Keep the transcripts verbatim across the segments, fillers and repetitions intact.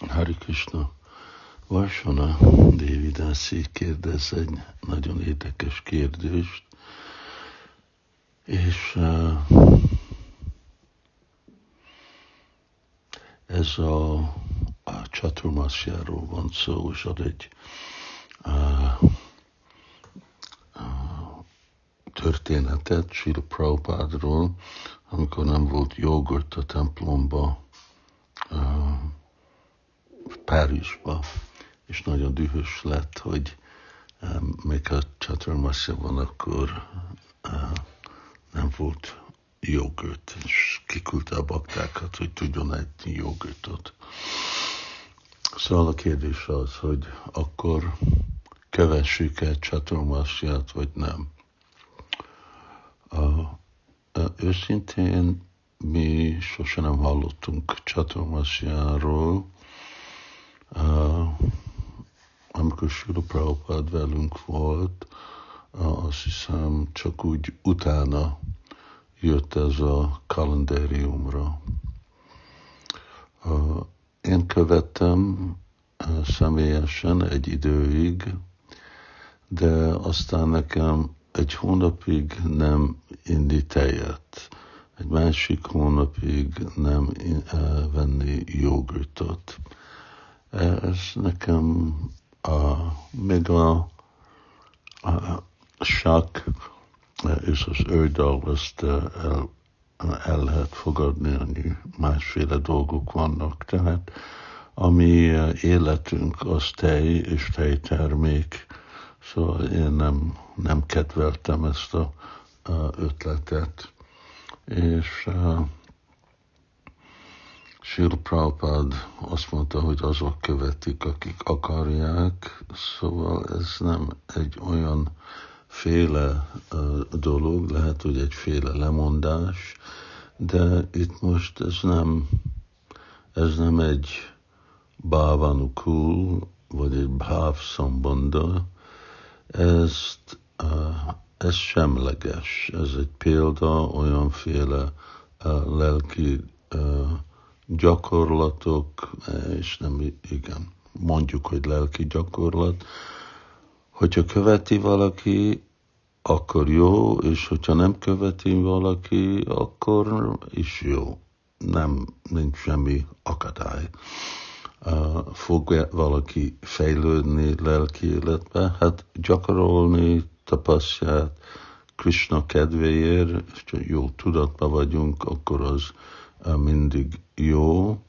Hari Krishna, Varsana Devidasi kérdez egy nagyon érdekes kérdést, és uh, ez a, a Chaturmasjáról van szó, és ad egy uh, uh, történetet Srila Prabhupádról, amikor nem volt jogurt a templomba, uh, Párizsba, és nagyon dühös lett, hogy um, még ha Chaturmasya van, akkor uh, nem volt jogurt, és kiküldte a baktákat, hogy tudjon egyni jogurtot. Szóval a kérdés az, hogy akkor kövessük-e Chaturmasyát, vagy nem. Uh, uh, őszintén mi sose nem hallottunk Chaturmasyáról. Uh, amikor Srila Prabhupád velünk volt, uh, azt hiszem csak úgy utána jött ez a kalendáriumra. Uh, én követtem uh, személyesen egy időig, de aztán nekem egy hónapig nem inni tejet, egy másik hónapig nem uh, venni jogurtot. Ez nekem a, még a, a sak és az ördal ezt el, el lehet fogadni, annyi másféle dolgok vannak. Tehát ami életünk, az tej és tejtermék. Szóval én nem, nem kedveltem ezt a, a ötletet. És uh, Srila Prabhupád azt mondta, hogy azok követik, akik akarják, szóval ez nem egy olyan féle uh, dolog, lehet, hogy egy féle lemondás, de itt most ez nem, ez nem egy bhavanukul, vagy egy bhav szambanda, ezt, uh, ez semleges, ez egy példa olyanféle uh, lelki uh, gyakorlatok, és nem, igen, mondjuk, hogy lelki gyakorlat. Hogyha követi valaki, akkor jó, és hogyha nem követi valaki, akkor is jó. Nem, nincs semmi akadály. Uh, fog valaki fejlődni lelki életbe? Hát gyakorolni tapasztját Krishna kedvéért, és ha jó tudatban vagyunk, akkor az uh, mindig jó, uh,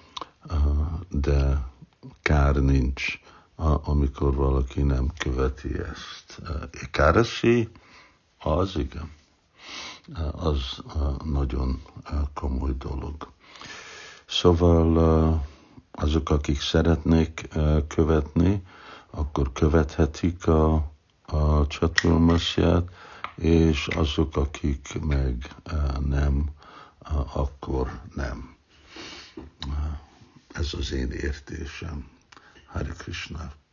de kár nincs, uh, amikor valaki nem követi ezt. Uh, Ekadasi, az igen, uh, az uh, nagyon uh, komoly dolog. Szóval uh, azok, akik szeretnék uh, követni, akkor követhetik a, a Chaturmasyát, és azok, akik meg uh, nem, uh, akkor nem. Uh, ez az én értésem. Hare Krishna.